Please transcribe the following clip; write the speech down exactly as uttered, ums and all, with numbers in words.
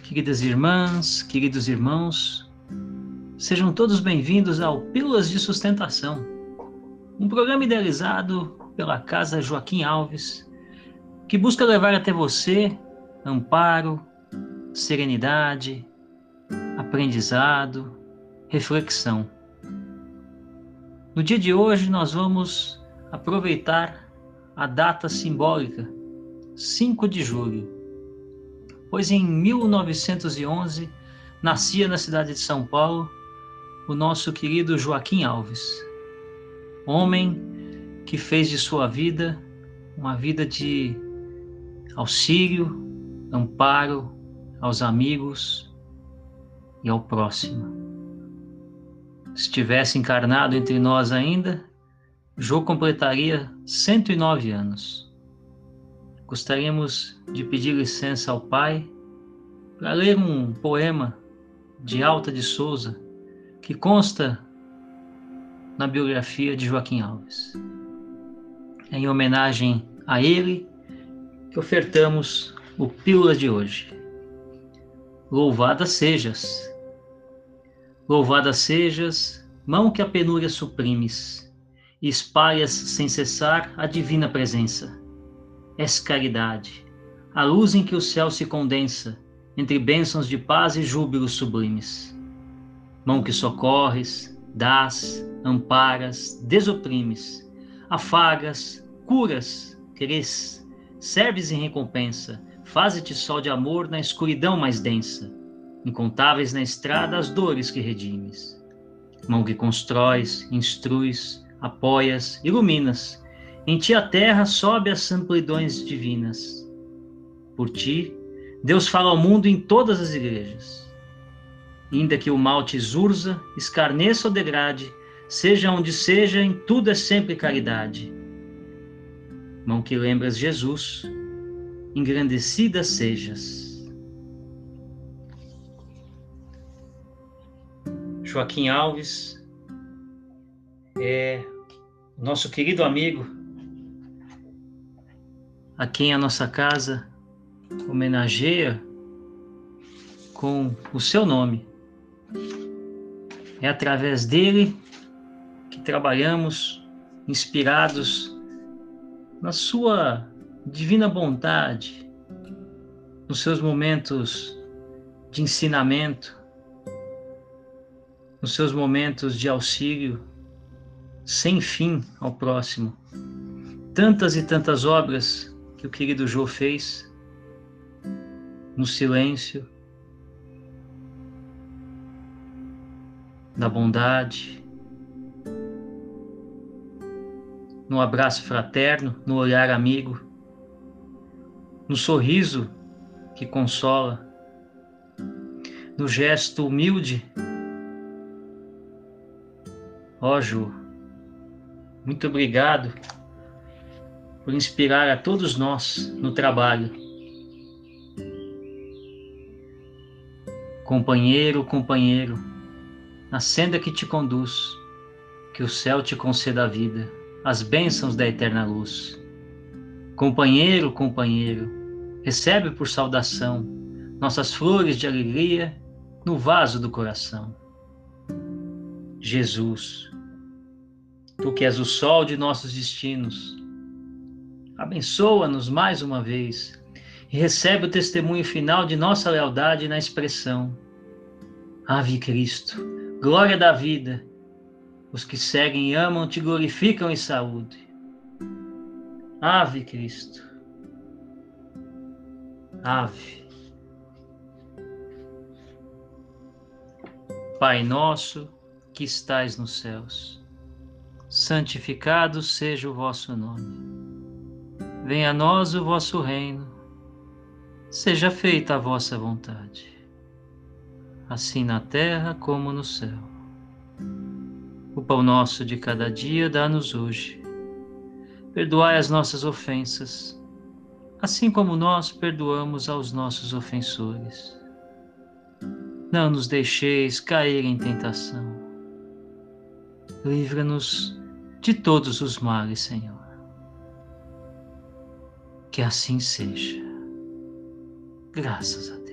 Queridas irmãs, queridos irmãos, sejam todos bem-vindos ao Pílulas de Sustentação, um programa idealizado pela Casa Joaquim Alves, que busca levar até você amparo, serenidade, aprendizado, reflexão. No dia de hoje nós vamos aproveitar a data simbólica, cinco de julho, pois em mil novecentos e onze nascia na cidade de São Paulo o nosso querido Joaquim Alves, homem que fez de sua vida uma vida de auxílio, amparo aos amigos e ao próximo. Se estivesse encarnado entre nós ainda, Jô completaria cento e nove anos. Gostaríamos de pedir licença ao Pai para ler um poema de Alta de Souza que consta na biografia de Joaquim Alves. É em homenagem a ele que ofertamos o Pílulas de hoje. Louvada sejas, louvada sejas, mão que a penúria suprimes, e espalhas sem cessar a divina presença. És caridade, a luz em que o céu se condensa, entre bênçãos de paz e júbilos sublimes. Mão que socorres, dás, amparas, desoprimes, afagas, curas, crês, serves em recompensa, faze-te sol de amor na escuridão mais densa, incontáveis na estrada as dores que redimes. Mão que constróis, instruis, apoias, iluminas, em ti a terra sobe às amplidões divinas. Por ti, Deus fala ao mundo em todas as igrejas. Ainda que o mal te exurza, escarneça ou degrade, seja onde seja, em tudo é sempre caridade. Mão que lembras Jesus, engrandecida sejas. Joaquim Alves é nosso querido amigo, a quem a nossa casa homenageia com o seu nome. É através dele que trabalhamos, inspirados na sua divina bondade, nos seus momentos de ensinamento, nos seus momentos de auxílio sem fim ao próximo. Tantas e tantas obras que o querido Jô fez no silêncio, na bondade, no abraço fraterno, no olhar amigo, no sorriso que consola, no gesto humilde. Ó Jô, muito obrigado por inspirar a todos nós no trabalho. Companheiro, companheiro, na senda que te conduz, que o céu te conceda a vida, as bênçãos da eterna luz. Companheiro, companheiro, recebe por saudação nossas flores de alegria no vaso do coração. Jesus, tu que és o sol de nossos destinos, abençoa-nos mais uma vez e recebe o testemunho final de nossa lealdade na expressão: Ave Cristo, glória da vida, os que seguem e amam te glorificam em saúde. Ave Cristo, Ave. Pai nosso que estais nos céus, santificado seja o vosso nome. Venha a nós o vosso reino, seja feita a vossa vontade, assim na terra como no céu. O pão nosso de cada dia dá-nos hoje. Perdoai as nossas ofensas, assim como nós perdoamos aos nossos ofensores. Não nos deixeis cair em tentação. Livra-nos de todos os males, Senhor. Que assim seja. Graças a Deus.